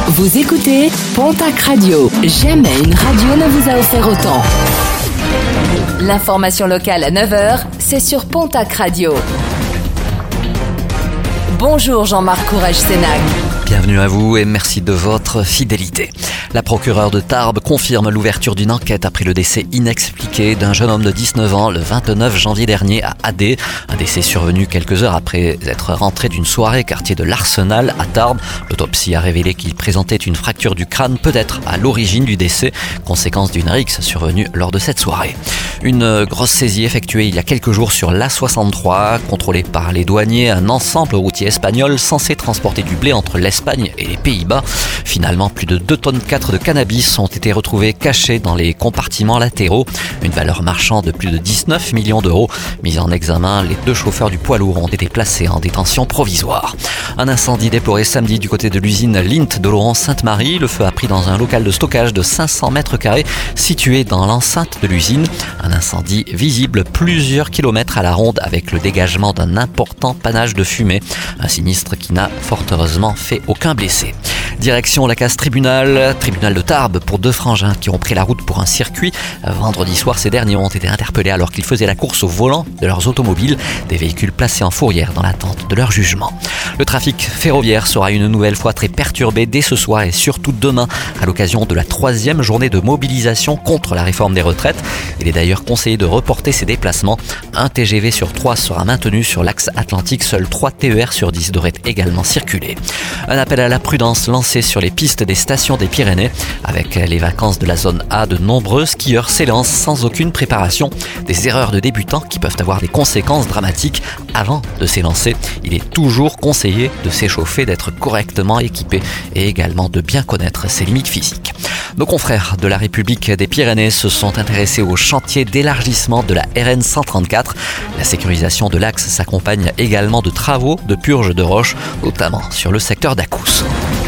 Vous écoutez Pontac Radio. Jamais une radio ne vous a offert autant. L'information locale à 9h, c'est sur Pontac Radio. Bonjour Jean-Marc Courage-Sénac. Bienvenue à vous et merci de votre fidélité. La procureure de Tarbes confirme l'ouverture d'une enquête après le décès inexpliqué d'un jeune homme de 19 ans le 29 janvier dernier à Adé. Un décès survenu quelques heures après être rentré d'une soirée quartier de l'Arsenal à Tarbes. L'autopsie a révélé qu'il présentait une fracture du crâne, peut-être à l'origine du décès, conséquence d'une rixe survenue lors de cette soirée. Une grosse saisie effectuée il y a quelques jours sur l'A63, contrôlée par les douaniers, un ensemble routier espagnol censé transporter du blé entre l'Espagne et les Pays-Bas. Finalement, plus de 2,4 tonnes de cannabis ont été retrouvés cachés dans les compartiments latéraux. Une valeur marchande de plus de 19 millions d'euros. Mis en examen, les 2 chauffeurs du poids lourd ont été placés en détention provisoire. Un incendie déploré samedi du côté de l'usine Lint de Laurent-Sainte-Marie. Le feu a pris dans un local de stockage de 500 mètres carrés situé dans l'enceinte de l'usine. Un incendie visible plusieurs kilomètres à la ronde avec le dégagement d'un important panache de fumée. Un sinistre qui n'a fort heureusement fait aucun blessé. Direction la case tribunal de Tarbes pour 2 frangins qui ont pris la route pour un circuit. Vendredi soir, ces derniers ont été interpellés alors qu'ils faisaient la course au volant de leurs automobiles, des véhicules placés en fourrière dans l'attente de leur jugement. Le trafic ferroviaire sera une nouvelle fois très perturbé dès ce soir et surtout demain à l'occasion de la 3e journée de mobilisation contre la réforme des retraites. Il est d'ailleurs conseillé de reporter ses déplacements. Un TGV sur 3 sera maintenu sur l'axe atlantique, seuls 3 TER sur 10 devraient également circuler. Un appel à la prudence lancé sur les pistes des stations des Pyrénées. Avec les vacances de la zone A, de nombreux skieurs s'élancent sans aucune préparation. Des erreurs de débutants qui peuvent avoir des conséquences dramatiques. Avant de s'élancer, il est toujours conseillé de s'échauffer, d'être correctement équipé et également de bien connaître ses limites physiques. Nos confrères de la République des Pyrénées se sont intéressés au chantier d'élargissement de la RN 134. La sécurisation de l'axe s'accompagne également de travaux de purge de roches, notamment sur le secteur d'Acous.